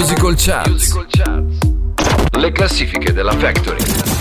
Musical Charts. Le classifiche della Factory.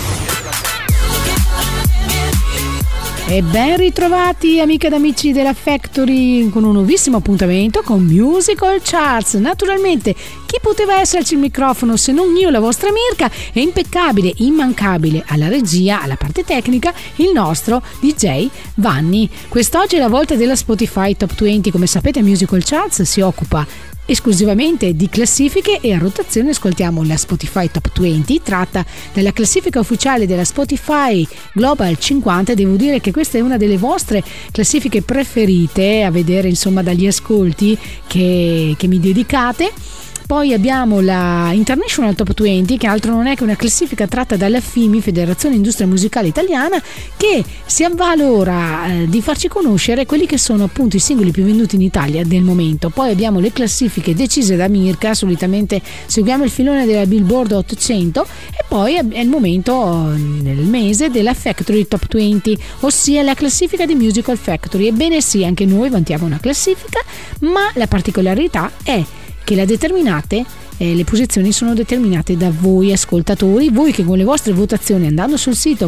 E ben ritrovati amiche ed amici della Factory con un nuovissimo appuntamento con Musical Charts. Naturalmente chi poteva esserci il microfono se non io, la vostra Mirka, e impeccabile, immancabile alla regia, alla parte tecnica, il nostro DJ Vanni. Quest'oggi è la volta della Spotify Top 20. Come sapete Musical Charts si occupa esclusivamente di classifiche e a rotazione ascoltiamo la Spotify Top 20 tratta dalla classifica ufficiale della Spotify Global 50. Devo dire che questa è una delle vostre classifiche preferite a vedere, insomma, dagli ascolti che mi dedicate. Poi abbiamo la International Top 20, che altro non è che una classifica tratta dalla FIMI, Federazione Industria Musicale Italiana, che si avvalora di farci conoscere quelli che sono appunto i singoli più venduti in Italia del momento. Poi abbiamo le classifiche decise da Mirka, solitamente seguiamo il filone della Billboard 800, e poi è il momento nel mese della Factory Top 20, ossia la classifica di Musical Factory. Ebbene sì, anche noi vantiamo una classifica, ma la particolarità è che la determinate, le posizioni sono determinate da voi ascoltatori, voi che con le vostre votazioni, andando sul sito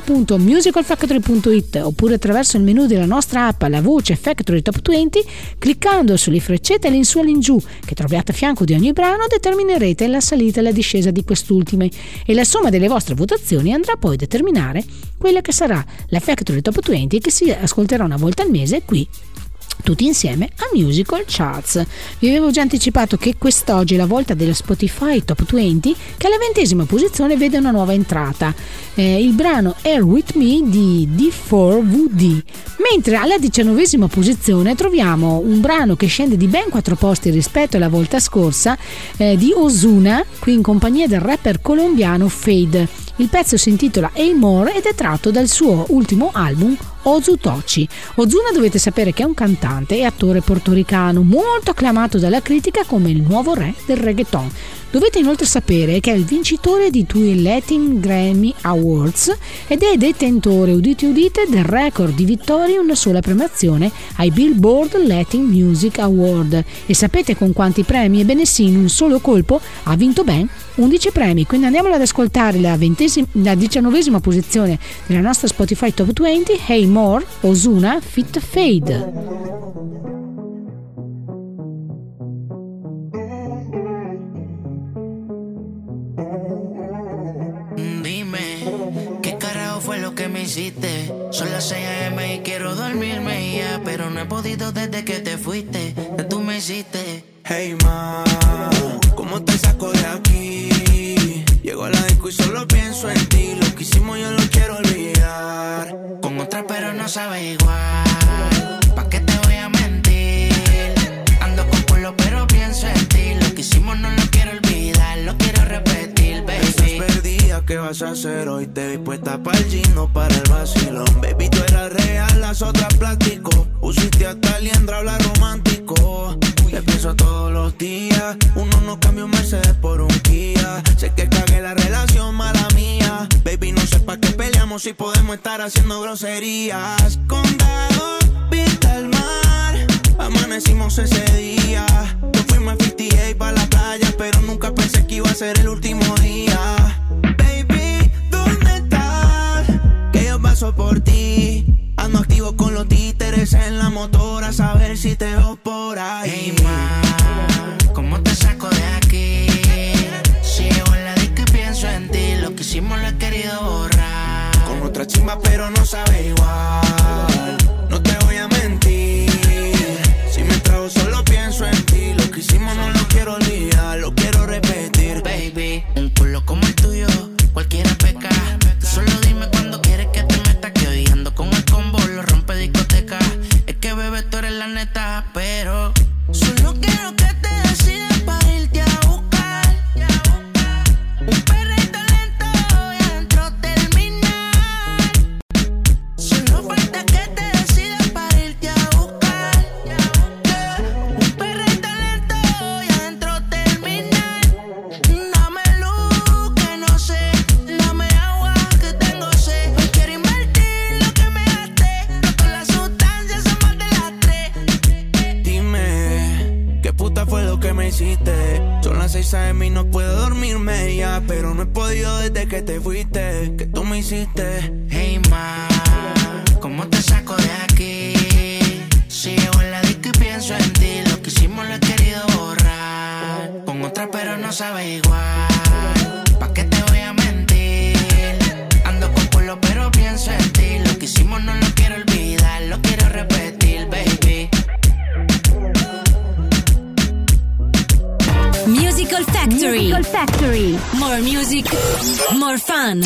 www.musicalfactory.it oppure attraverso il menu della nostra app alla voce Factory Top 20, cliccando sulle freccette all'insù e all'ingiù che trovate a fianco di ogni brano, determinerete la salita e la discesa di quest'ultime, e la somma delle vostre votazioni andrà poi a determinare quella che sarà la Factory Top 20 che si ascolterà una volta al mese qui tutti insieme a Musical Charts. Vi avevo già anticipato che quest'oggi è la volta della Spotify Top 20, che alla 20ª posizione vede una nuova entrata, il brano Air With Me di D4VD, mentre alla 19ª posizione troviamo un brano che scende di ben 4 posti rispetto alla volta scorsa, di Ozuna, qui in compagnia del rapper colombiano Fade. Il pezzo si intitola Hey More ed è tratto dal suo ultimo album Ozutochi. Ozuna dovete sapere che è un cantante e attore portoricano molto acclamato dalla critica come il nuovo re del reggaeton. Dovete inoltre sapere che è il vincitore di 2 Latin Grammy Awards ed è detentore, udite udite, del record di vittorie in una sola premiazione ai Billboard Latin Music Award. E sapete con quanti premi? Ebbene sì, in un solo colpo ha vinto ben 11 premi. Quindi andiamola ad ascoltare la 19ª posizione della nostra Spotify Top 20, Hey More, Ozuna feat. Fade. Son las 6 AM y quiero dormirme ya, pero no he podido desde que te fuiste, que tú me hiciste. Hey ma, ¿cómo te saco de aquí? Llego a la disco y solo pienso en ti. Lo que hicimos yo lo quiero olvidar. Con otra pero no sabe igual. ¿Pa' qué te voy a mentir? Ando con culo pero pienso en ti. Lo que hicimos no lo quiero olvidar, lo quiero repetir, baby. Estás perdida, ¿qué vas a hacer hoy? Te vi puesta pa'l gino, para el vacilón. Baby, tú eras real, las otras plástico. Usiste hasta liendra, habla romántico. Te pienso todos los días. Uno no cambia un Mercedes por un Kia. Sé que cagué la relación, mala mía. Baby, no sé pa' qué peleamos si podemos estar haciendo groserías. Condado, vista al mar. Amanecimos ese día. Nos fuimos a 58 pa' la playa, pero nunca pensé que iba a ser el último día. Baby, ¿dónde estás? Que yo paso por ti. Ando activo con los títeres en la motora, a saber si te veo por ahí. Hey ma, ¿cómo te saco de aquí? Si llego en la disco y pienso en ti. Lo que hicimos lo he querido borrar. Con otra chimba pero no sabe igual. No te voy a mentir. Si me trago solo pienso en ti. Lo que hicimos no lo quiero olvidar, lo quiero repetir. Baby, un culo como el tuyo cualquiera peca. Tú solo dime cuando quieres que te meta, que hoy ando con el combo, lo rompe discoteca. Es que bebé tú eres la neta, pero solo quiero que te decidas para irte a buscar. Un perrito lento y adentro terminar. Solo falta que te decidas para irte a buscar. Un perrito lento y adentro terminar. Dame luz que no sé, dame agua que tengo sed. Hoy quiero invertir lo que me gasté, no con las sustancias son más de las 3. Dime, ¿qué puta fue lo que me hiciste? Son las 6 AM y no puedo dormirme ya, pero no he podido desde que te fuiste, que tú me hiciste. Hey ma, ¿cómo te saco de aquí? Si llego en la disco y pienso en ti, lo que hicimos lo he querido borrar. Con otra pero no sabe igual, ¿pa' qué te voy a mentir? Ando con pueblo pero pienso en ti, lo que hicimos no lo quiero olvidar, lo quiero repetir, baby. Musical Factory. More music, more fun.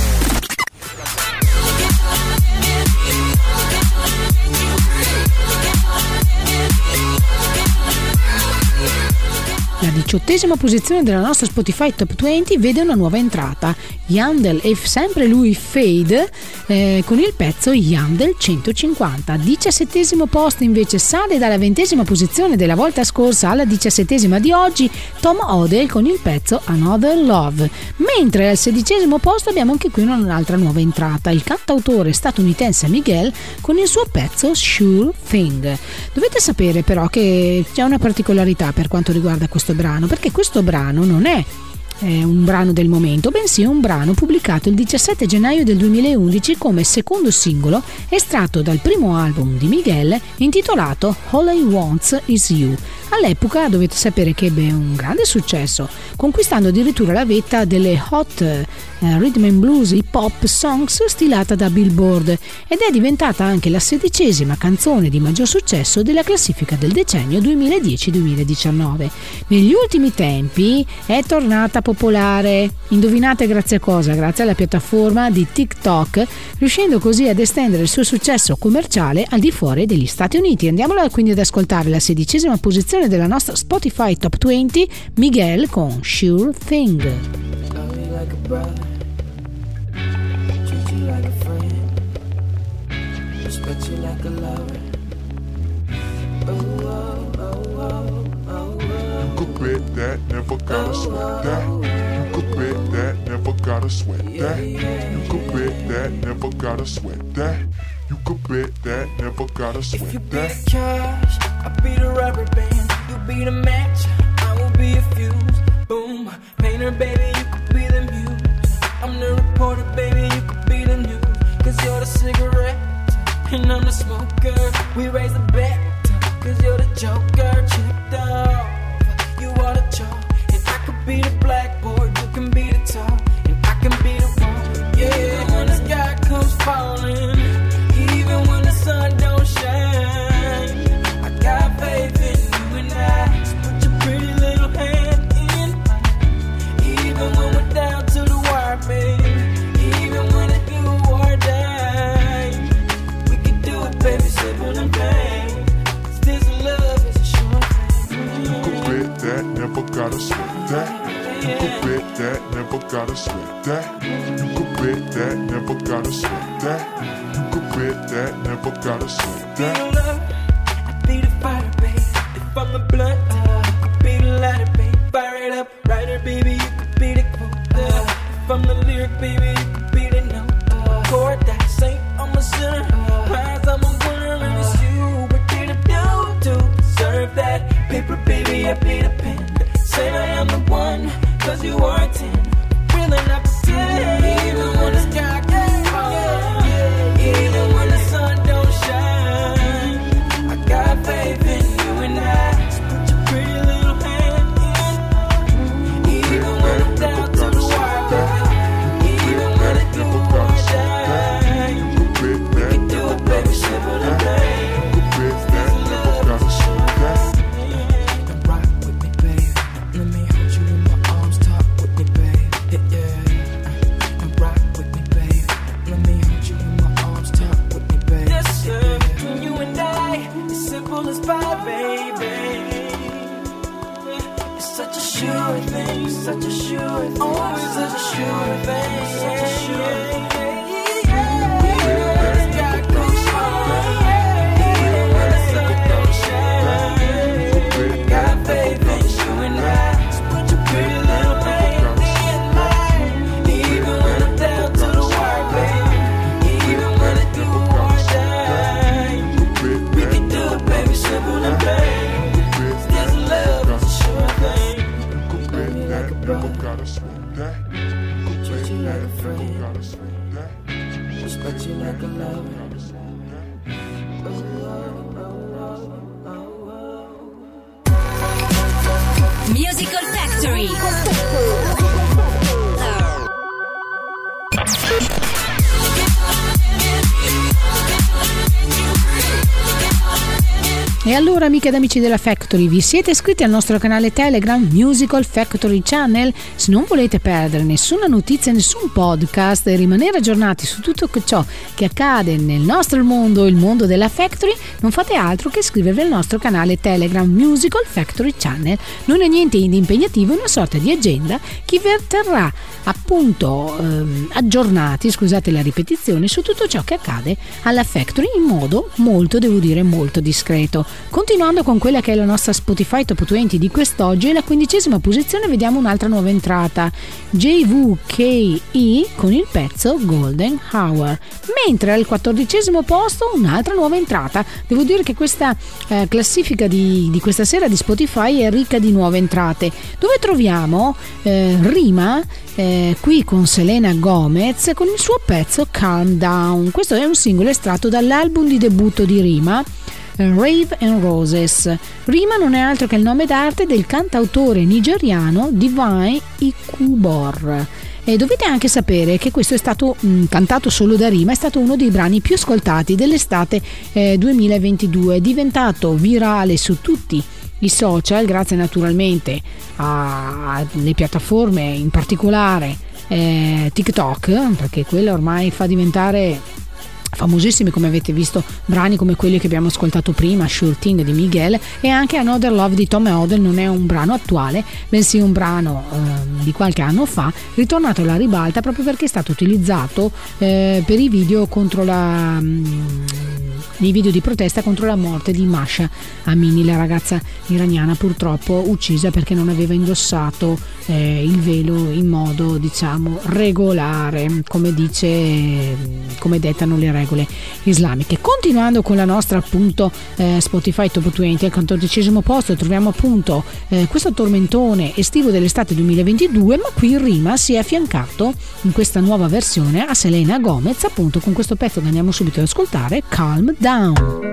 La 18ª posizione della nostra Spotify Top 20 vede una nuova entrata, Yandel e sempre lui Fade con il pezzo Yandel 150. 17° posto invece sale dalla 20ª posizione della volta scorsa alla 17ª di oggi Tom Odell con il pezzo Another Love, mentre al 16° posto abbiamo anche qui un'altra nuova entrata, il cantautore statunitense Miguel con il suo pezzo Sure Thing. Dovete sapere però che c'è una particolarità per quanto riguarda questo brano, perché questo brano non è un brano del momento, bensì un brano pubblicato il 17 gennaio del 2011 come secondo singolo estratto dal primo album di Miguel intitolato All I Want Is You. All'epoca dovete sapere che ebbe un grande successo, conquistando addirittura la vetta delle Hot Rhythm and Blues Hip Hop Songs stilata da Billboard ed è diventata anche la 16ª canzone di maggior successo della classifica del decennio 2010-2019. Negli ultimi tempi è tornata popolare, indovinate grazie a cosa? Grazie alla piattaforma di TikTok, riuscendo così ad estendere il suo successo commerciale al di fuori degli Stati Uniti. Andiamola quindi ad ascoltare la 16ª posizione della nostra Spotify Top 20, Miguel con Sure Thing. Treat you like a friend, respect you like a lover. Oh, oh, oh, oh, oh, oh. You could bet that, never gotta sweat that. You could bet that, never gotta sweat that. You could bet that, never gotta sweat that. You could bet that, never gotta If you sweat be that. the cash, I'll be the rubber band. You be the match, I will be a fuse. Boom, painter, baby, you could be the muse. I'm the reporter, baby, you could be the news. Cause you're the cigarette, and I'm the smoker. We raise the bet, cause you're the joker. Chipped off, you are the chalk. And I could be the blackboard, you can be the top. And I can be the one, yeah, when the sky comes falling. Even when the sun don't shine, I got faith in you and I. So put your pretty little hand in mine. Even when we're down to the wire, baby. Even when it's do or die, we can do it, baby, simple and plain. 'Cause this love is a sure thing. You could bet that, never gotta sweat that. You could bet that, never gotta sweat that. You could bet that, never gotta sweat that. You could bet that, never gotta sweat Be that. the love, I be the fire, baby. If I'm the blunt, you could be the lighter, baby. Fire it up, writer, baby, you could be the quote. If I'm the lyric, baby, you could be the note. Chord that saint, I'm a sinner. Prize, I'm a winner, and it's you. What did I do to deserve that? Paper, baby, I be the pen. Say I am the one, cause you are a 10. Really not pretend, even when the sky gets falling. Even when the sun don't shine, I got faith in you and I. So put your pretty little hand in. Even when I'm down to the wire, baby. Even when it do or die, we can do it, baby, simple and plain. Love is a sure thing. And rock with me, baby. Let me hold you in my arms, talk with me, baby. Yeah. And rock with me, baby. Let me hold you in my arms, talk with me, baby. Yes, sir. Between you and I, it's simple as pie, baby. It's such a sure thing, such a sure thing. Always such a sure thing, such a sure thing. When the sky goes falling, even when the sun don't shine, got faith in you and I. So put your pretty little hand in mine. Even when I'm down to the wire, baby. Even when it do or die, we can do it, baby, simple and plain. This love is a sure thing. but you like a lover. Musical Factory. E allora, amiche ed amici della Factory, vi siete iscritti al nostro canale Telegram Musical Factory Channel? Se non volete perdere nessuna notizia, nessun podcast e rimanere aggiornati su tutto ciò che accade nel nostro mondo, il mondo della Factory, non fate altro che iscrivervi al nostro canale Telegram Musical Factory Channel. Non è niente di impegnativo, è una sorta di agenda che vi terrà appunto aggiornati, scusate la ripetizione, su tutto ciò che accade alla Factory in modo molto, devo dire, molto discreto. Continuando con quella che è la nostra Spotify Top 20 di quest'oggi, alla 15ª posizione vediamo un'altra nuova entrata, JVKE con il pezzo Golden Hour, mentre al 14º posto un'altra nuova entrata. Devo dire che questa classifica di questa sera di Spotify è ricca di nuove entrate, dove troviamo Rima qui con Selena Gomez con il suo pezzo Calm Down. Questo è un singolo estratto dall'album di debutto di Rima, Rave and Roses. Rima non è altro che il nome d'arte del cantautore nigeriano Divine Ikubor. E dovete anche sapere che questo è stato cantato solo da Rima, è stato uno dei brani più ascoltati dell'estate 2022, è diventato virale su tutti i social, grazie naturalmente alle piattaforme, in particolare TikTok, perché quella ormai fa diventare famosissimi, come avete visto, brani come quelli che abbiamo ascoltato prima, Sure Thing di Miguel, e anche Another Love di Tom Odell. Non è un brano attuale, bensì un brano di qualche anno fa, ritornato alla ribalta proprio perché è stato utilizzato per i video nei video di protesta contro la morte di Masha Amini, la ragazza iraniana purtroppo uccisa perché non aveva indossato il velo in modo, diciamo, regolare, come dettano le regole islamiche. Continuando con la nostra appunto Spotify Top 20, al 14º posto troviamo appunto questo tormentone estivo dell'estate 2022, ma qui Rima si è affiancato in questa nuova versione a Selena Gomez, appunto con questo pezzo che andiamo subito ad ascoltare, Calm Down.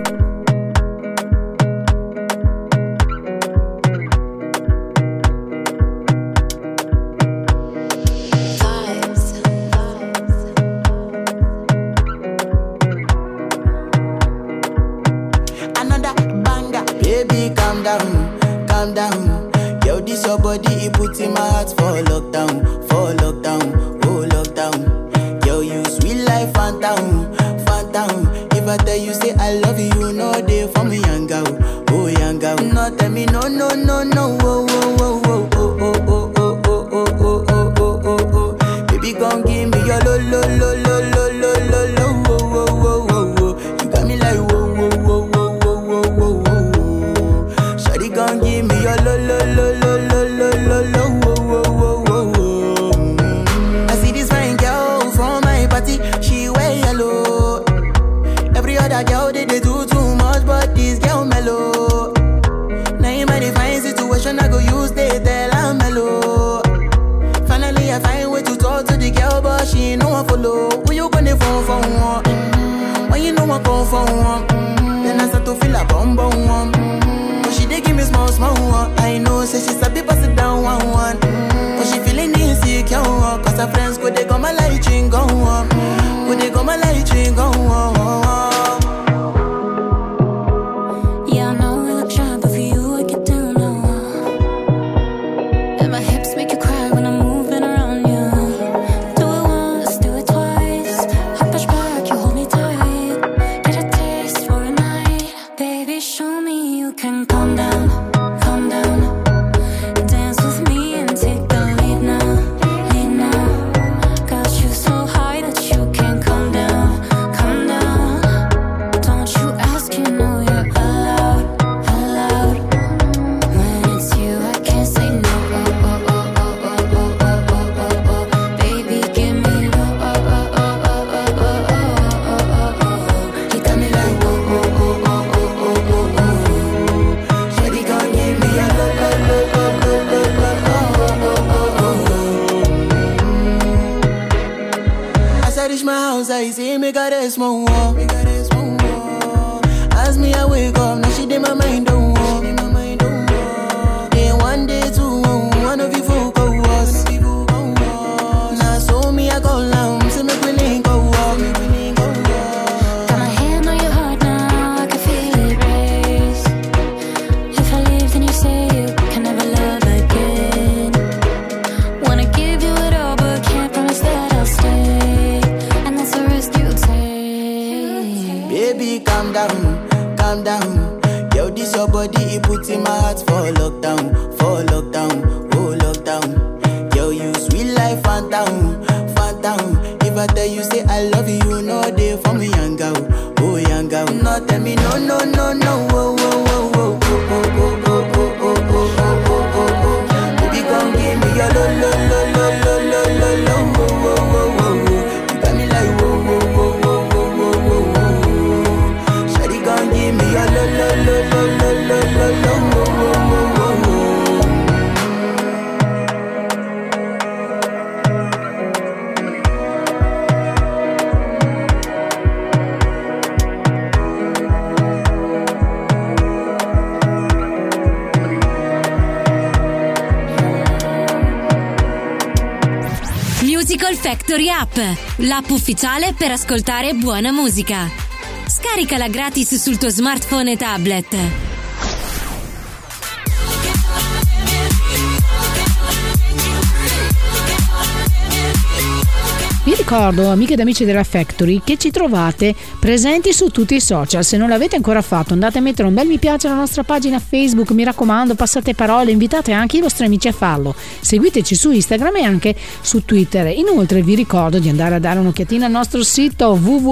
Calm down. Yo, this your body, it puts in my heart for lockdown, oh lockdown. Yo, you sweet life, phantom. If I tell you say I love you, you know they for me, young girl, oh young girl. No, tell me no, oh, oh, oh, oh, oh, oh, oh, oh, oh, oh, oh, oh, oh, oh. Baby, gon' give me your lo, oh, oh, oh, oh, oh. You got me like whoa. Gon' give me your lo, I see this fine girl from my party, she wear yellow. Every other girl they do too much, but this girl mellow. Now in my fine situation, I go use they tell I'm mellow. Finally I find way to talk to the girl, but she ain't no one follow. Who you gonna phone for one? When you know I go for one, then I start to feel a bum one. She dey give me small one. I know, say she sabi pass it down one. But she feeling insecure, cause her friends go they go my light ring go on. Go they go my light ring go on. Yeah, I know we look shy, but for you I get down low. And my hips make you cry when I'm moving around you. Do it once, do it twice. I push back, you hold me tight. Get a taste say make her rest more. As me I wake up, now she did my mind don't walk. Then one day two, one of you folk go us. Now so me I go down, say make we link go walk. Got my hand on your heart now, I can feel it race. If I leave then you say you can never love again. Wanna give you it all but can't promise that I'll stay. And that's the risk you take. Baby calm down, calm down. Yo, this your body, it puts in my heart for lockdown, oh lockdown. Yo, you sweet life, phantom, phantom. If I tell you say I love you, you know they for me young girl, oh young girl. No tell me no, no, no, no, oh, oh, oh, oh, oh, oh, oh, oh, oh, oh, oh, oh, oh. Baby, come give me your lo, lo, lo, lo, lo, lo, lo, lo, oh, oh, oh, oh, oh. You got me like whoa, whoa, whoa, whoa, whoa, whoa, whoa, whoa. Shawty, come give me your lo, lo, lo, lo, lo, lo, lo, lo, oh, oh, oh, oh, oh. Musical Factory App, l'app ufficiale per ascoltare buona musica. Scaricala gratis sul tuo smartphone e tablet. Vi ricordo, amiche ed amici della Factory, che ci trovate presenti su tutti i social. Se non l'avete ancora fatto, andate a mettere un bel mi piace alla nostra pagina Facebook, mi raccomando, passate parole, invitate anche i vostri amici a farlo. Seguiteci su Instagram e anche su Twitter. Inoltre vi ricordo di andare a dare un'occhiatina al nostro sito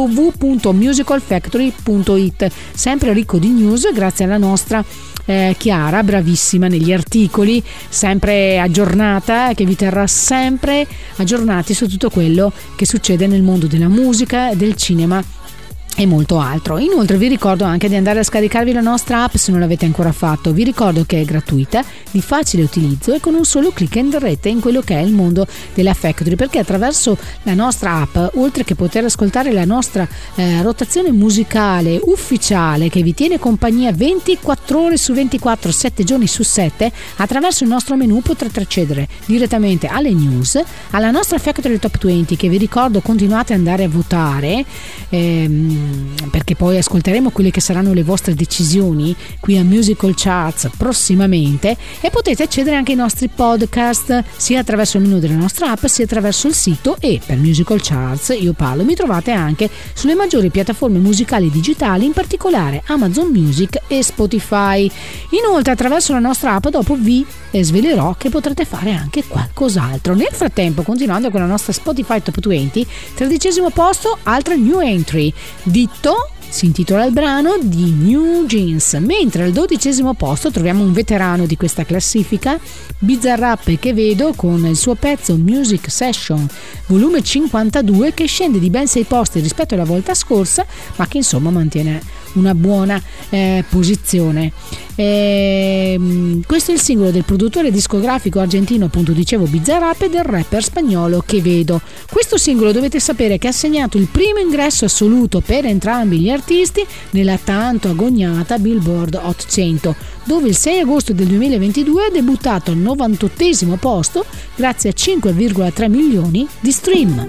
www.musicalfactory.it, sempre ricco di news grazie alla nostra Chiara, bravissima negli articoli, sempre aggiornata, che vi terrà sempre aggiornati su tutto quello che succede nel mondo della musica, del cinema e molto altro. Inoltre vi ricordo anche di andare a scaricarvi la nostra app se non l'avete ancora fatto. Vi ricordo che è gratuita, di facile utilizzo e con un solo clic entrerete in quello che è il mondo della Factory, perché attraverso la nostra app, oltre che poter ascoltare la nostra rotazione musicale ufficiale che vi tiene compagnia 24 ore su 24, 7 giorni su 7, attraverso il nostro menu potrete accedere direttamente alle news, alla nostra Factory Top 20, che vi ricordo continuate ad andare a votare, perché poi ascolteremo quelle che saranno le vostre decisioni qui a Musical Charts prossimamente, e potete accedere anche ai nostri podcast sia attraverso il menu della nostra app sia attraverso il sito. E per Musical Charts io parlo, mi trovate anche sulle maggiori piattaforme musicali digitali, in particolare Amazon Music e Spotify. Inoltre attraverso la nostra app dopo vi svelerò che potrete fare anche qualcos'altro. Nel frattempo, continuando con la nostra Spotify Top 20, 13° posto, altra new entry, Ditto si intitola il brano, di New Jeans, mentre al 12° posto troviamo un veterano di questa classifica, Bizarrap che vedo, con il suo pezzo Music Session volume 52, che scende di ben 6 posti rispetto alla volta scorsa, ma che insomma mantiene una buona posizione. Questo è il singolo del produttore discografico argentino, appunto dicevo, Bizarrap, e del rapper spagnolo Quevedo. Questo singolo dovete sapere che ha segnato il primo ingresso assoluto per entrambi gli artisti nella tanto agognata Billboard Hot 100, dove il 6 agosto del 2022 ha debuttato al 98° posto grazie a 5,3 milioni di stream.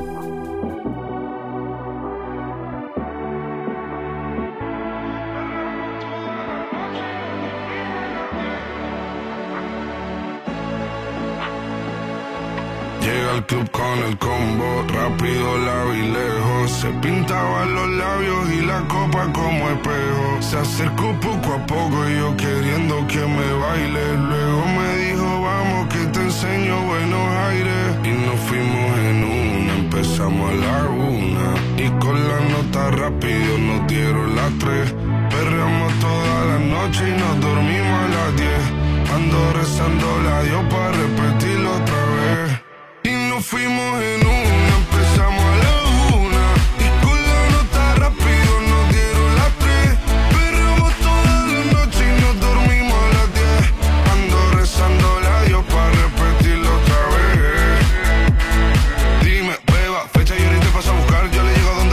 Llega al club con el combo, rápido la vi lejos. Se pintaba los labios y la copa como espejo. Se acercó poco a poco y yo queriendo que me baile. Luego me dijo vamos que te enseño buenos aires. Y nos fuimos en una, empezamos a la 1. Y con la nota rápido nos dieron las 3. Perreamos toda la noche y nos dormimos a las 10. Ando rezando la Dios para repetirlo otra vez. Y nos fuimos en una, empezamos a la 1. Y con la nota rápido nos dieron las 3. Perreamos toda la noche y nos dormimos a las 10. Ando rezando la Dios para repetirlo otra vez. Dime, beba, fecha y ahorita te paso a buscar. Yo le llego donde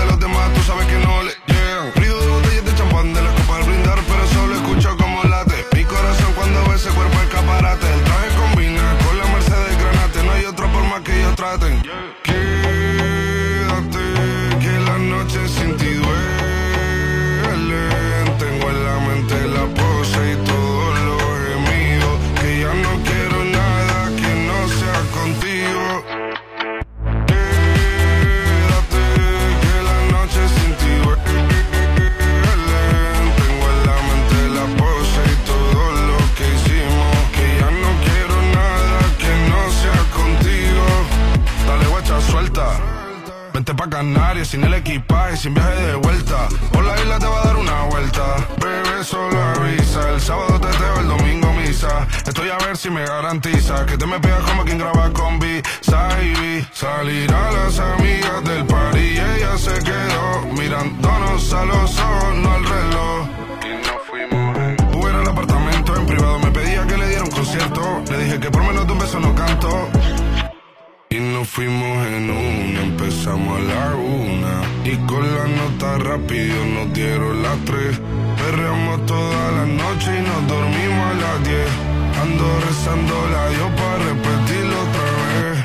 sin el equipaje, sin viaje de vuelta. Por la isla te va a dar una vuelta. Bebé, solo avisa. El sábado teteo, el domingo misa. Estoy a ver si me garantiza que te me pegas como quien graba con B-Side. Salir a las amigas del party y ella se quedó mirándonos a los ojos, no al reloj. Y nos fuimos. Hubo al apartamento en privado, me pedía que le diera un concierto. Le dije que por menos de un beso no canto. Y nos fuimos en una, empezamos a la 1. Y con la nota rápido nos dieron las 3. Perreamos toda la noche y nos dormimos a las 10. Ando rezando la Dios para repetirlo otra vez.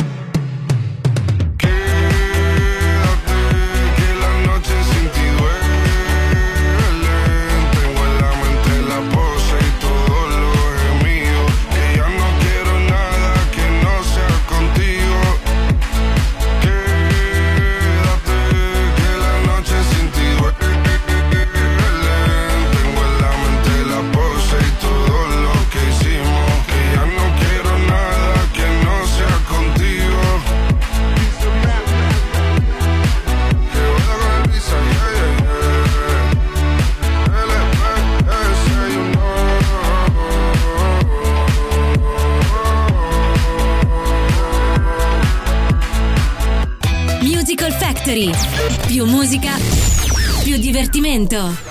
Quédate, que la noche sin ti duele. Tengo en la mente la pose y todo lo gemido. Que ya no quiero nada que no sea contigo. Quédate, que la noche sin ti duele. Tengo en la mente la pose y todo lo que hicimos. Que ya no quiero nada que no sea contigo. Que voy con el visa, yeah, yeah, yeah. LPS, you know. Musical Factory. Più musica, più divertimento.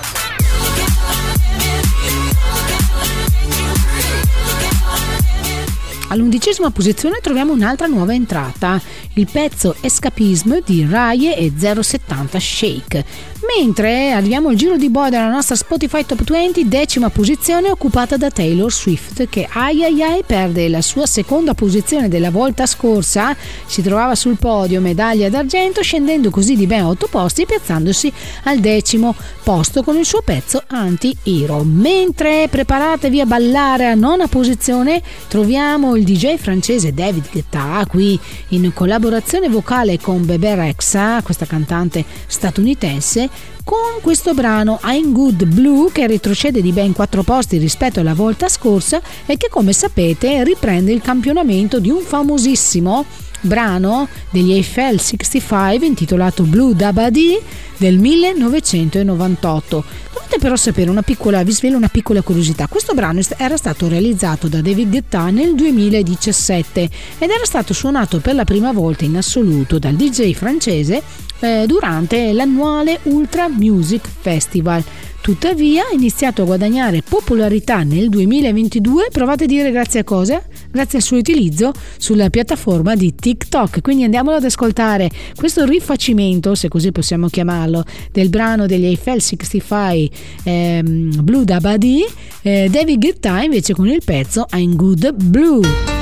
All'11ª posizione troviamo un'altra nuova entrata, il pezzo Escapism di Raye e 070 Shake. Mentre arriviamo al giro di boa della nostra Spotify Top 20, 10ª posizione occupata da Taylor Swift, che perde la sua seconda posizione della volta scorsa, si trovava sul podio medaglia d'argento, scendendo così di ben 8 posti e piazzandosi al 10° posto con il suo pezzo Anti-Hero. Mentre preparatevi a ballare a 9ª posizione troviamo il DJ francese David Guetta, qui in collaborazione vocale con Bebe Rexha, questa cantante statunitense, con questo brano I'm Good Blue, che retrocede di ben 4 posti rispetto alla volta scorsa e che, come sapete, riprende il campionamento di un famosissimo brano degli Eiffel 65 intitolato Blue Dabadi del 1998. Dovete però sapere vi svelo una piccola curiosità. Questo brano era stato realizzato da David Guetta nel 2017 ed era stato suonato per la prima volta in assoluto dal DJ francese durante l'annuale Ultra Music Festival. Tuttavia ha iniziato a guadagnare popolarità nel 2022, provate a dire grazie a cosa? Grazie al suo utilizzo sulla piattaforma di TikTok. Quindi andiamolo ad ascoltare questo rifacimento, se così possiamo chiamarlo, del brano degli Eiffel 65 Blue Dabadi, David Guetta invece con il pezzo I'm Good Blue.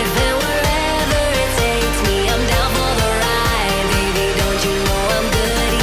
I'm good.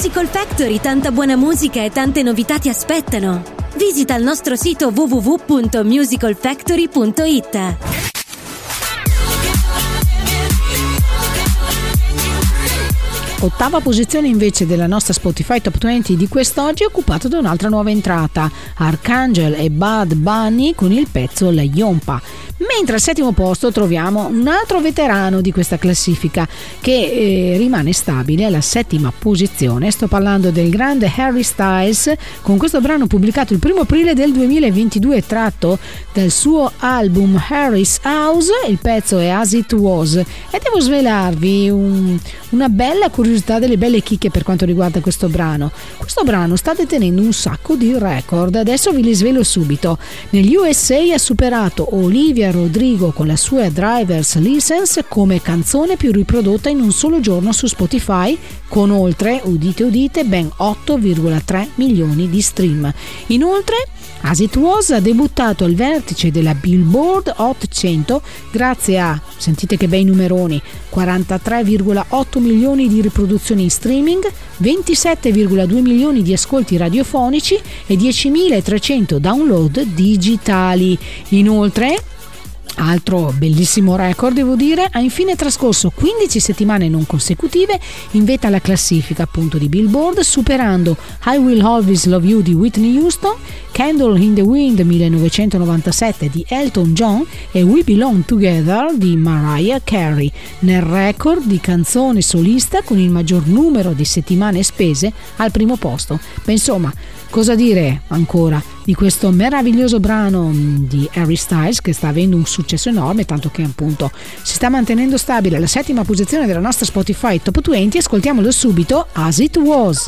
Musical Factory, tanta buona musica e tante novità ti aspettano. Visita il nostro sito www.musicalfactory.it. Ottava posizione invece della nostra Spotify Top 20 di quest'oggi è occupata da un'altra nuova entrata, Arcangel e Bad Bunny con il pezzo La Yompa. Mentre al settimo posto troviamo un altro veterano di questa classifica che rimane stabile alla settima posizione. Sto parlando del grande Harry Styles con questo brano pubblicato il 1 aprile del 2022 tratto dal suo album Harry's House. Il pezzo è As It Was e devo svelarvi una bella curiosità delle belle chicche per quanto riguarda questo brano. Questo brano sta detenendo un sacco di record, adesso vi li svelo subito. Negli USA ha superato Olivia Rodrigo con la sua Driver's License come canzone più riprodotta in un solo giorno su Spotify, con oltre, udite udite, ben 8,3 milioni di stream. Inoltre As It Was ha debuttato al vertice della Billboard Hot 100 grazie a, sentite che bei numeroni, 43,8 milioni di riproduzioni in streaming, 27,2 milioni di ascolti radiofonici e 10.300 download digitali. Inoltre, altro bellissimo record devo dire, ha infine trascorso 15 settimane non consecutive in vetta alla classifica appunto di Billboard, superando I Will Always Love You di Whitney Houston, Candle in the Wind 1997 di Elton John e We Belong Together di Mariah Carey, nel record di canzone solista con il maggior numero di settimane spese al primo posto. Beh, insomma, cosa dire ancora di questo meraviglioso brano di Harry Styles che sta avendo un successo enorme, tanto che appunto si sta mantenendo stabile alla settima posizione della nostra Spotify Top 20. Ascoltiamolo subito, As It Was.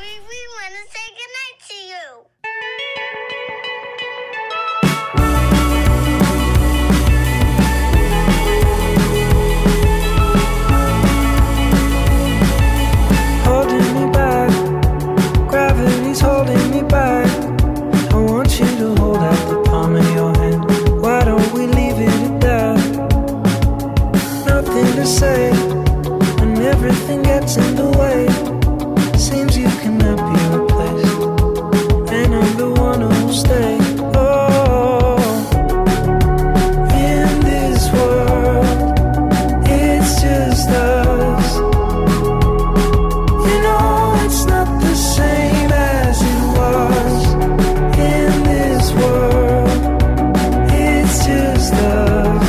Holding me back. I want you to hold out the palm of your hand. Why don't we leave it at that? Nothing to say, and everything gets in the way. Seems you cannot be replaced, and I'm the one who'll stay. Oh, in this world, it's just us. You know it's not the same as it was. In this world, it's just us.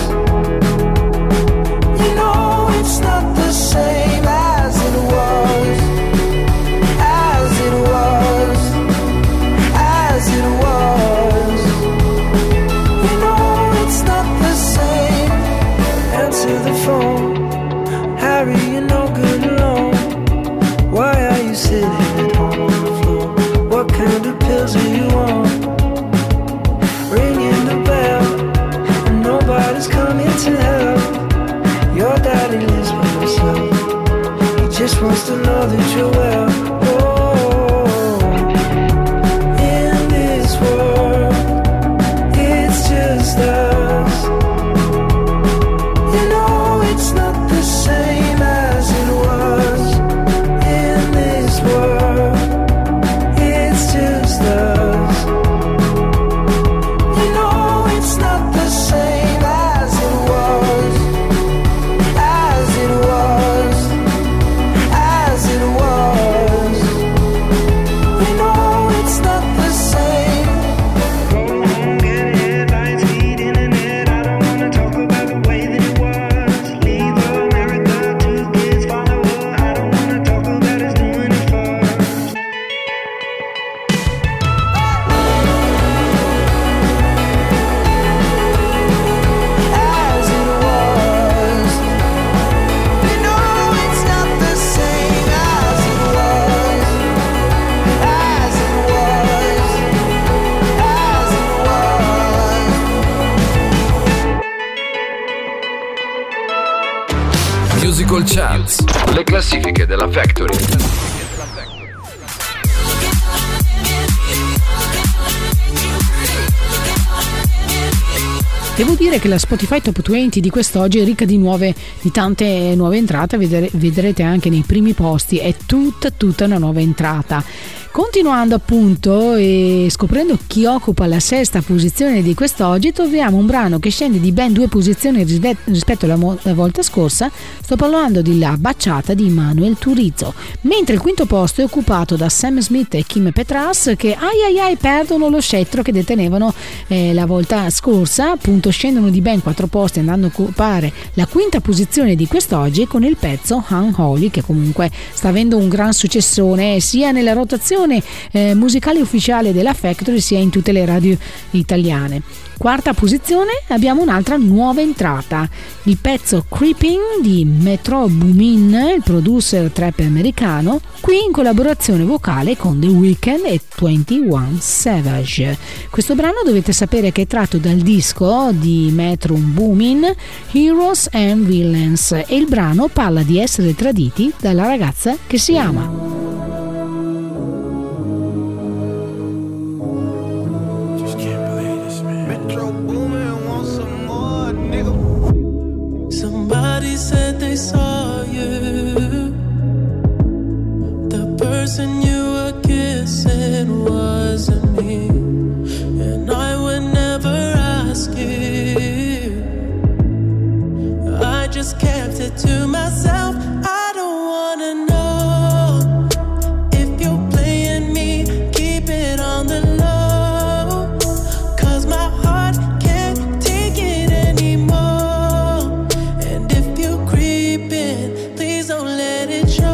You know it's not the same as it was. As it was. As it was. You know it's not the same. Answer the phone, Harry, you're no good alone. Why are you sitting at home on the floor? What kind of pills are you on? Ringing the bell, and nobody's coming to help. Your daddy lives by himself. He just wants to know that you're well. Oh, in this world, it's just us. You know it's not the same as it was. In this world, it's just us. You know it's not the same as it was. As it was. As it was. You know it's not the same. Go home, get headlines, feed internet. I don't wanna talk about the way that it was. Leave America, 2 kids follow her. I don't wanna talk about us doing it first. As it was. You know it's not the same as it was. As it was. As it was. Musical Charts, le classifiche della Factory. Devo dire che la Spotify Top 20 di quest'oggi è ricca di tante nuove entrate, vedrete anche nei primi posti, è tutta una nuova entrata. Continuando appunto e scoprendo chi occupa la sesta posizione di quest'oggi, troviamo un brano che scende di ben 2 posizioni rispetto alla volta scorsa. Sto parlando di La Bachata di Manuel Turizo, mentre il quinto posto è occupato da Sam Smith e Kim Petras, che perdono lo scettro che detenevano la volta scorsa, appunto scendono di ben 4 posti andando a occupare la quinta posizione di quest'oggi con il pezzo Unholy, che comunque sta avendo un gran successone sia nella rotazione musicale ufficiale della Factory sia in tutte le radio italiane. Quarta posizione abbiamo un'altra nuova entrata, il pezzo Creeping di Metro Boomin, il producer trap americano, qui in collaborazione vocale con The Weeknd e 21 Savage. Questo brano dovete sapere che è tratto dal disco di Metro Boomin, Heroes and Villains, e il brano parla di essere traditi dalla ragazza che si ama. Somebody said they saw you. The person you were kissing wasn't me, and I would never ask you. I just kept it to myself. I don't wanna know if you're playing me. Keep it on the low, 'cause my heart can't take it anymore. Please don't let it show.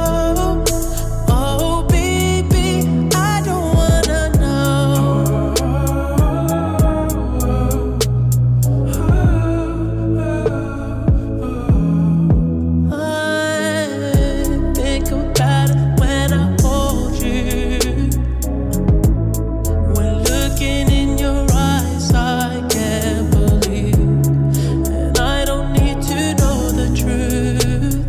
Oh baby, I don't wanna know. I think about it when I hold you. When looking in your eyes, I can't believe, and I don't need to know the truth.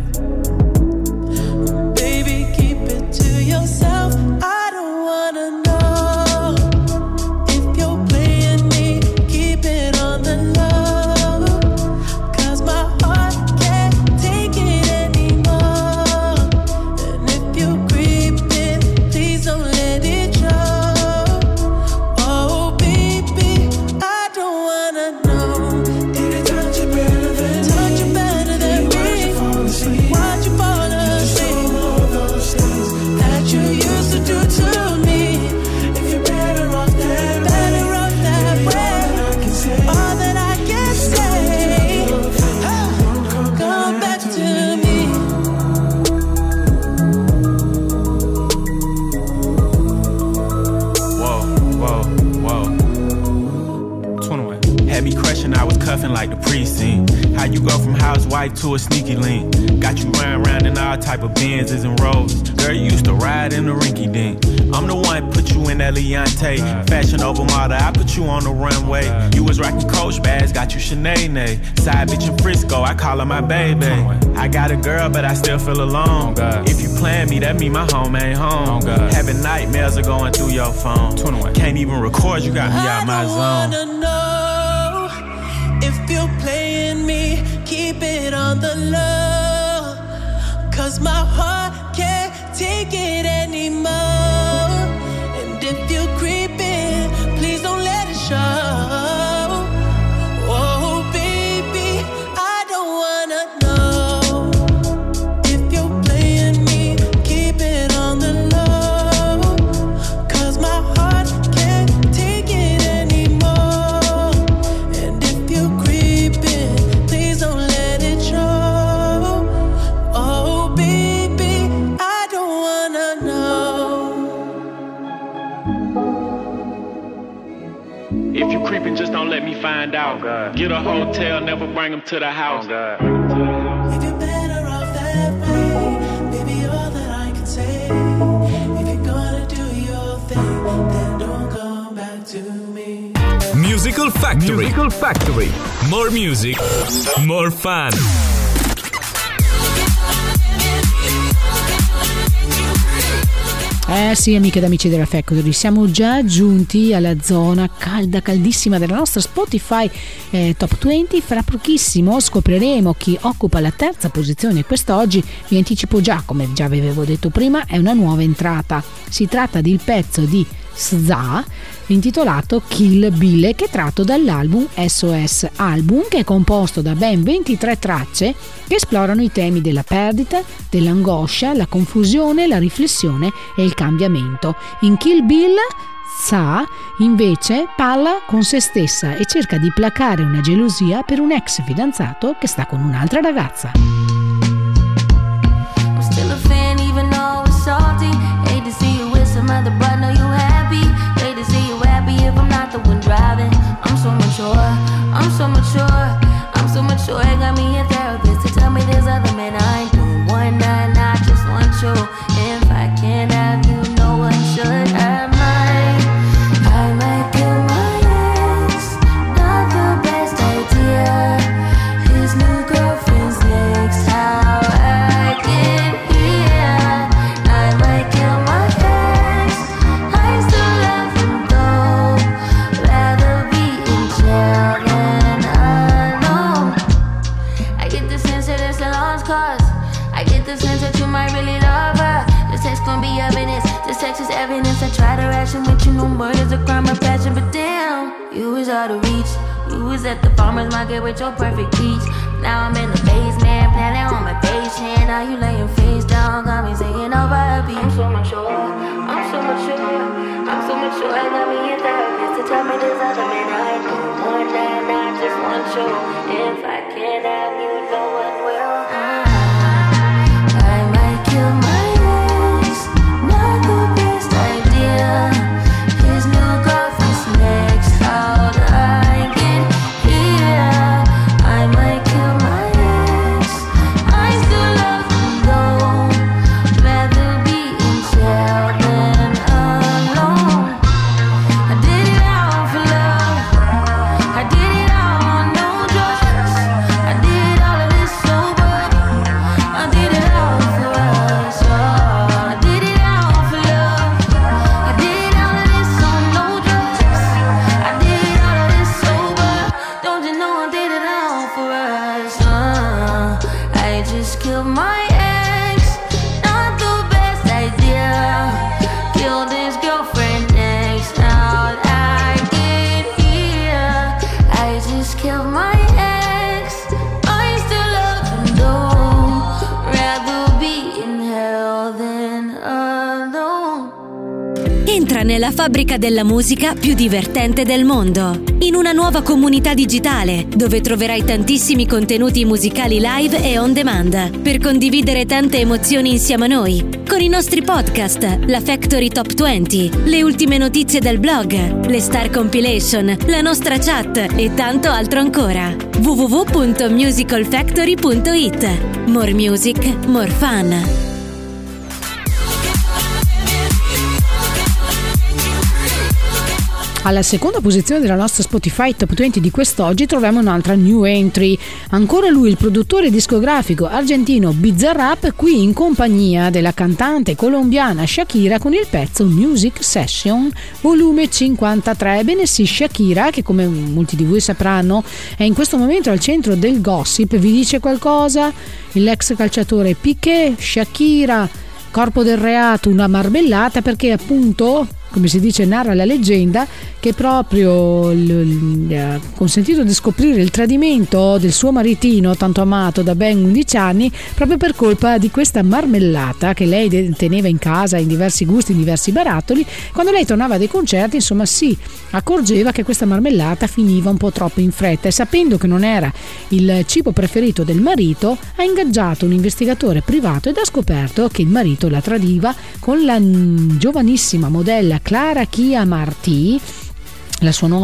Yourself, I don't wanna know if you're playing me. Keep it on the low, 'cause my heart can't take it anymore. And if you're creeping, please don't let it show. Oh baby, I don't wanna know. Did it touch you better than me? Why'd you fall asleep? That you used to do to me. If you're better off that way, all that I can say, come back to me. Whoa 21 had me crushing, I was cuffing like the precinct. How you go from housewife to a sneaky link? Got you riding around in all type of Benzes and Rolls. Girl, you used to ride in the rinky dink. I'm the one put you in that Leontay. Fashion over model, I put you on the runway. You was rocking Coach bags, got you Sinead. Side bitch in Frisco, I call her my baby. I got a girl, but I still feel alone. If you plan me, that mean my home ain't home. Having nightmares are going through your phone. Can't even record, you got me out my zone. I don't wanna know if you're playing me. Keep it on the low, 'cause my heart can't take it anymore. And if you're creeping, please don't let it show. Oh baby, I don't wanna know if you're playing me. Keep it on the low, 'cause my heart can't take it anymore. And if you're creeping, please don't let it show. Oh baby, I don't wanna know. If you creeping, just don't let me find out. Get a hotel, never bring them to the house. If you're better off that way, baby, all that I can say. If you're gonna do your thing, then don't come back to me. Musical Factory. More music, more fun. Sì, amiche ed amici della Factory, siamo già giunti alla zona calda, caldissima della nostra Spotify Top 20. Fra pochissimo scopriremo chi occupa la terza posizione quest'oggi. Vi anticipo già, come già vi avevo detto prima, è una nuova entrata. Si tratta del pezzo di SZA intitolato Kill Bill, che è tratto dall'album SOS Album, che è composto da ben 23 tracce che esplorano i temi della perdita, dell'angoscia, la confusione, la riflessione e il cambiamento. In Kill Bill, SZA invece parla con se stessa e cerca di placare una gelosia per un ex fidanzato che sta con un'altra ragazza. I'm still a fan even though it's salty. Hate to see you with some other, but know you happy. Hate to see you happy if I'm not the one driving. I'm so mature, I'm so mature, I'm so mature. It got me a therapist to tell me there's other men I ain't doing one night. I just want you. If I can't have you, no one should. I might kill my ex. Not the best idea. His new girlfriend's next. How I get here. I might kill my ex. I still love him though. Rather be in jail than alone. I get the sense that it's a lost cause. I get the sense that you might really love her. This text gon' be evidence. This text is evidence. I try to ration with you. No murder's a crime of passion, but damn, you was out of reach. You was at the farmer's market with your perfect peach. Now I'm in the basement, planning on my patient. Now you laying face down, got me singing over a beat. I'm so mature, I'm so mature, I'm so mature. I got me a therapist to tell me there's other men I ain't doing one night, I just want you. If I can't have you, no one will. I might kill my ex, not the best idea. His new girlfriend's next. How'd I get here? I might kill my ex. I still love him though. Rather be in jail than alone. I did it all for love. I did it all on no drugs. I did all of this sober. I did it all for us. I did it all for love. I did all of this on no drugs. I did all of this sober. Don't you know I did it all for us? I just killed my ex. Not the best idea. Killed his girlfriend next. How'd I get here? I just killed my ex. I still love him though. Rather be in hell than alone. Entra nella fabbrica della musica più divertente del mondo, in una nuova comunità digitale dove troverai tantissimi contenuti musicali live e on demand per condividere tante emozioni insieme a noi, con i nostri podcast, la Factory Top 20, le ultime notizie del blog, le Star Compilation, la nostra chat e tanto altro ancora. www.musicalfactory.it. More music, more fun. Alla seconda posizione della nostra Spotify Top 20 di quest'oggi troviamo un'altra new entry. Ancora lui, il produttore discografico argentino Bizarrap, qui in compagnia della cantante colombiana Shakira con il pezzo Music Session volume 53. Ebbene sì, Shakira, che come molti di voi sapranno è in questo momento al centro del gossip, vi dice qualcosa? L'ex calciatore Piqué, Shakira, corpo del reato, una marmellata, perché appunto, come si dice, narra la leggenda che proprio gli ha consentito di scoprire il tradimento del suo maritino tanto amato da ben 11 anni proprio per colpa di questa marmellata che lei teneva in casa in diversi gusti, in diversi barattoli. Quando lei tornava dai concerti, insomma, si accorgeva che questa marmellata finiva un po' troppo in fretta e, sapendo che non era il cibo preferito del marito, ha ingaggiato un investigatore privato ed ha scoperto che il marito la tradiva con la giovanissima modella Clara Chia Martí, la sua nuova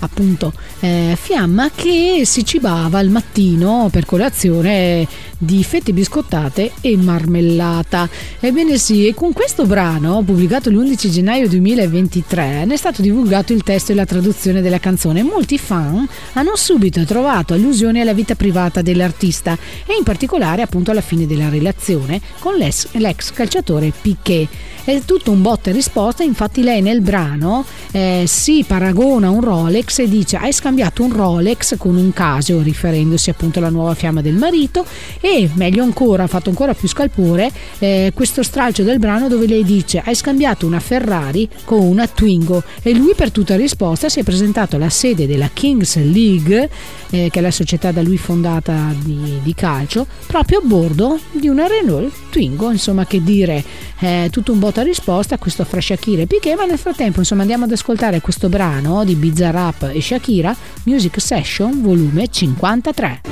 appunto Fiamma, che si cibava al mattino per colazione di fette biscottate e marmellata. Ebbene sì, e con questo brano, pubblicato l'11 gennaio 2023, ne è stato divulgato il testo e la traduzione della canzone. Molti fan hanno subito trovato allusioni alla vita privata dell'artista e in particolare appunto alla fine della relazione con l'ex calciatore Piqué. È tutto un botta e risposta, infatti lei nel brano si paragona un Rolex e dice: hai scambiato un Rolex con un Casio, riferendosi appunto alla nuova fiamma del marito. E meglio ancora, ha fatto ancora più scalpore questo stralcio del brano dove lei dice: hai scambiato una Ferrari con una Twingo. E lui per tutta risposta si è presentato alla sede della Kings League, che è la società da lui fondata di calcio, proprio a bordo di una Renault Twingo. Insomma, che dire, tutto un botta risposta a questo fra Shakira e Piqué. Ma nel frattempo insomma andiamo ad ascoltare questo brano di Bizarrap e Shakira, Music Session volume 53.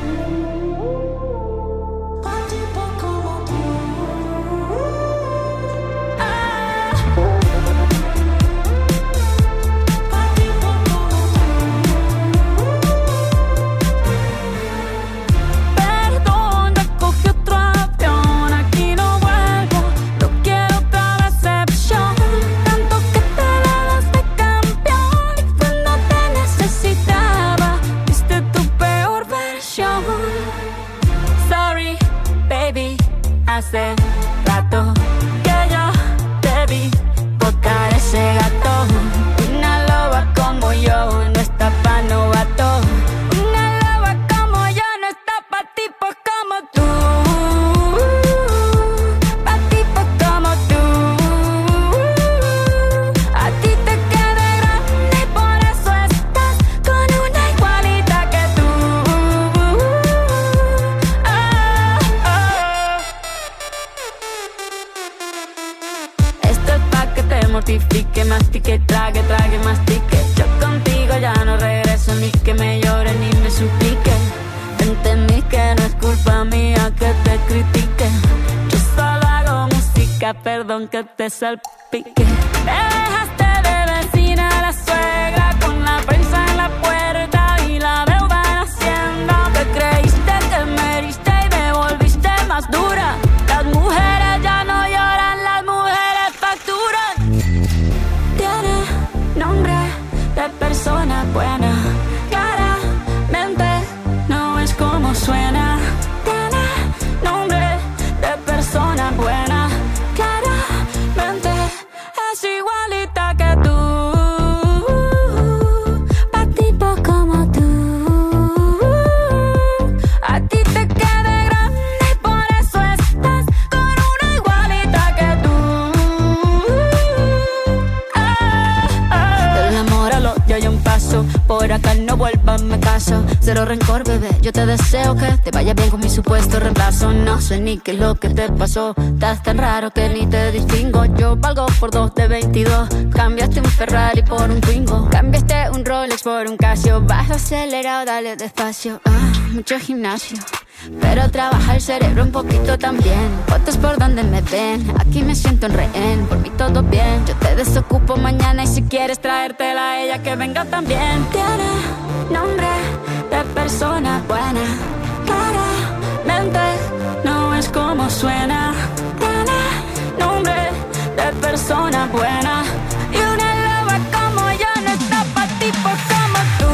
Hace rato que yo te vi tocar ese gato. Una loba como yo no está pa' novato. Una loba como yo no está pa' tipos como tú. Pa' tipos como tú. A ti te queda grande y por eso estás con una igualita que tú. Mortifique, mastique, trague, mastique. Yo contigo ya no regreso, ni que me llore ni me suplique. Entendí que no es culpa mía que te critique. Yo solo hago música, perdón que te salpique. Te dejaste de vecina a la suegra con la prensa en la puerta y la deuda en Hacienda. Te creíste que me heriste y me volviste más dura. Las mujeres ya no lloran, las mujeres facturan. Nombre de persona buena, claramente no es como suena. Tiene nombre de persona buena, claramente es igualita que tú. Pa' tipo como tú. A ti te queda grande y por eso estás con una igualita que tú. Yo hay un paso, por acá no vuelvas, me caso. Cero rencor, bebé, yo te deseo que te vaya bien con mi supuesto reemplazo. No sé ni qué es lo que te pasó, estás tan raro que ni te distingo. Yo valgo por 2 de 22, cambiaste un Ferrari por un Twingo. Cambiaste un Rolex por un Casio, vas acelerado, dale despacio. Mucho gimnasio, pero trabaja el cerebro un poquito también. Fotos por donde me ven, aquí me siento en rehén. Por mí todo bien, yo te desocupo mañana. Y si quieres traértela a ella, que venga también. Tiene nombre de persona buena, claramente no es como suena. Tiene nombre de persona buena. Y una loba como yo no está pa' tipos como tú.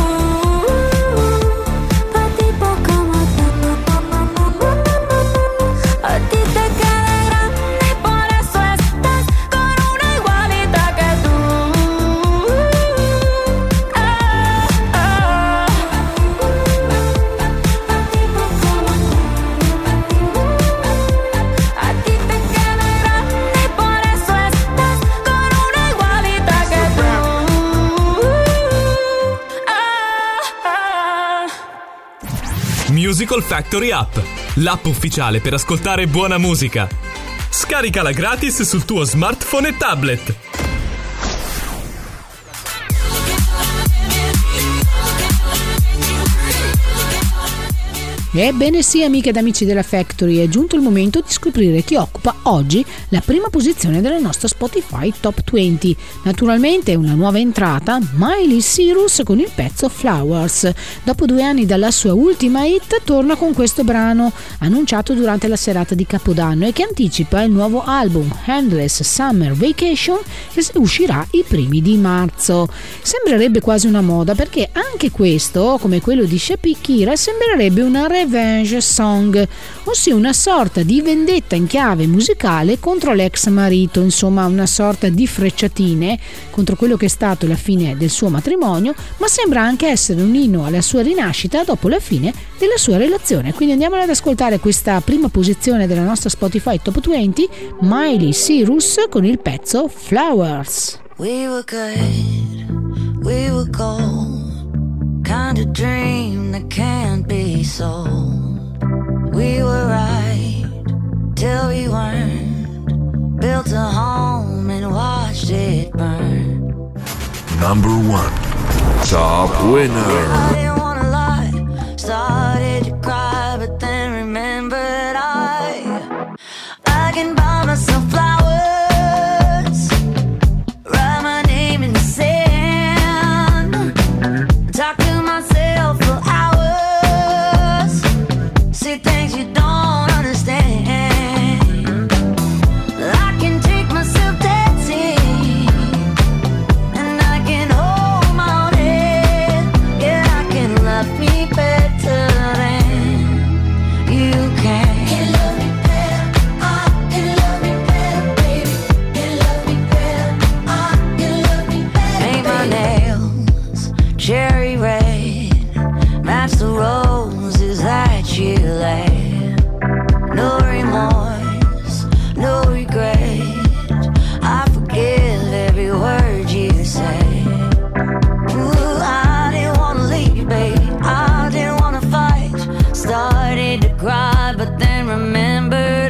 Musical Factory App, l'app ufficiale per ascoltare buona musica. Scaricala gratis sul tuo smartphone e tablet. Ebbene sì, amiche ed amici della Factory, è giunto il momento di scoprire chi occupa oggi la prima posizione della nostra Spotify Top 20. Naturalmente una nuova entrata, Miley Cyrus con il pezzo Flowers. Dopo 2 anni dalla sua ultima hit torna con questo brano, annunciato durante la serata di Capodanno e che anticipa il nuovo album Endless Summer Vacation, che uscirà i primi di marzo. Sembrerebbe quasi una moda, perché anche questo, come quello di Shakira, sembrerebbe una revenge song, ossia una sorta di vendetta in chiave musicale contro l'ex marito, insomma una sorta di frecciatine contro quello che è stato la fine del suo matrimonio, ma sembra anche essere un inno alla sua rinascita dopo la fine della sua relazione. Quindi andiamo ad ascoltare questa prima posizione della nostra Spotify Top 20, Miley Cyrus con il pezzo Flowers. We were good, we were gold, kind of dream that can't be sold. We were right till we weren't, built a home and watched it burn. Number 1 Top Winner. I didn't wanna lie, started to cry, but then remembered I can buy myself flowers, write my name in the sand, talk to myself for hours, see things you don't understand. I can take myself dancing, and I can hold my own head. Yeah, I can love me better than you can. Can love me better, I can love me better, baby. Can love me better, I can love me better. Paint my nails cherry red, match the roses that you laid. No remorse, no regret, I forgive every word you say. Ooh, I didn't wanna leave, babe, I didn't wanna fight. Started to cry, but then remembered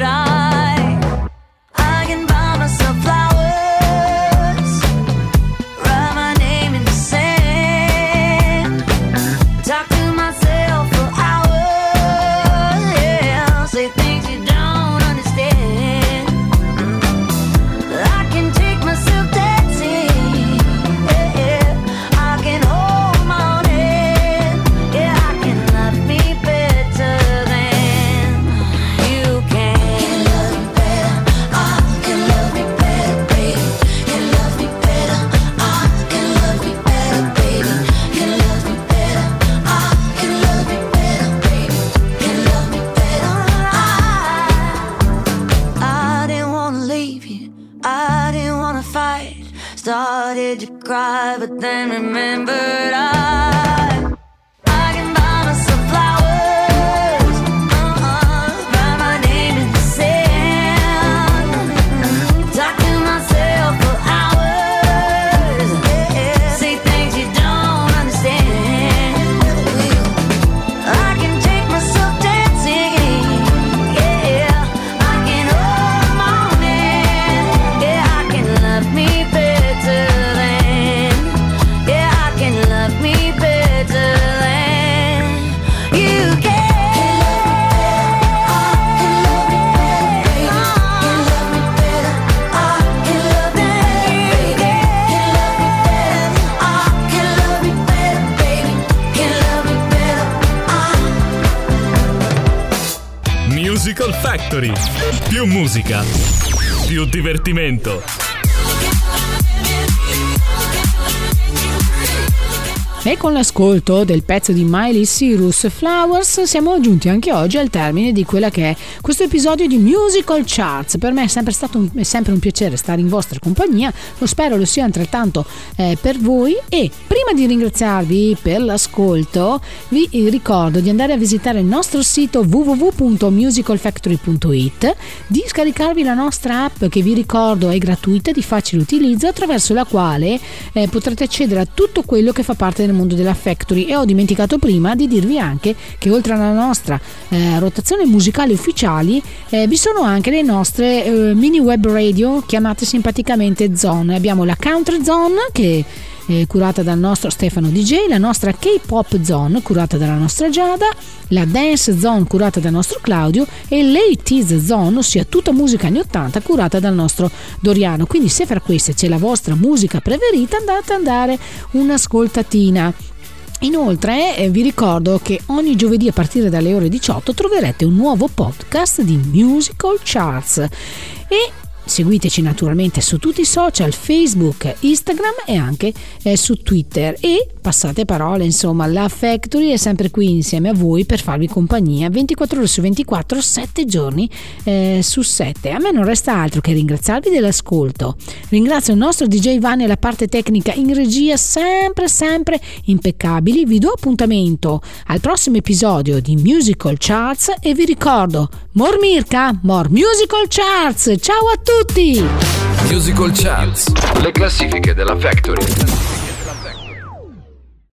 I can buy myself flowers, write my name in the sand, talk to myself for hours, yeah, say things you don't understand. I can take myself dancing, yeah, I can hold my own head, yeah, I can love me better than you can. Can love me better, I can love me better, baby. Can love me better, I can love me better, baby. Can love me better, I can love me better, baby. Can love me better, I didn't wanna leave you, I didn't wanna fight. Started to cry, but then remembered I can buy myself flowers, write my name in the sand, talk to myself for hours, yeah, say things you don't understand. I can take myself dancing, yeah, I can hold my own hand, yeah, I can love me better than, yeah, I can love me better than you can. Musical Factory. Più musica, più divertimento. E con l'ascolto del pezzo di Miley Cyrus Flowers siamo giunti anche oggi al termine di quella che è questo episodio di Musical Charts. Per me è sempre stato sempre un piacere stare in vostra compagnia, lo spero lo sia altrettanto per voi, e prima di ringraziarvi per l'ascolto vi ricordo di andare a visitare il nostro sito www.musicalfactory.it, di scaricarvi la nostra app che vi ricordo è gratuita, di facile utilizzo, attraverso la quale potrete accedere a tutto quello che fa parte del mondo della Factory. E ho dimenticato prima di dirvi anche che oltre alla nostra rotazione musicale ufficiali vi sono anche le nostre mini web radio chiamate simpaticamente Zone. Abbiamo la Country Zone che curata dal nostro Stefano DJ, la nostra K-Pop Zone curata dalla nostra Giada, la Dance Zone curata dal nostro Claudio e l'Eighties Zone, ossia tutta musica anni 80 curata dal nostro Doriano. Quindi se fra queste c'è la vostra musica preferita, andate a dare un'ascoltatina. Inoltre vi ricordo che ogni giovedì a partire dalle ore 18 troverete un nuovo podcast di Musical Charts e seguiteci naturalmente su tutti i social, Facebook, Instagram e anche su Twitter, e passate parole, insomma la Factory è sempre qui insieme a voi per farvi compagnia 24 ore su 24, 7 giorni su 7. A me non resta altro che ringraziarvi dell'ascolto. Ringrazio il nostro DJ Vanni e la parte tecnica in regia, sempre impeccabili. Vi do appuntamento al prossimo episodio di Musical Charts e vi ricordo more Mirka, more Musical Charts. Ciao a tutti! Musical Charts, le classifiche della Factory.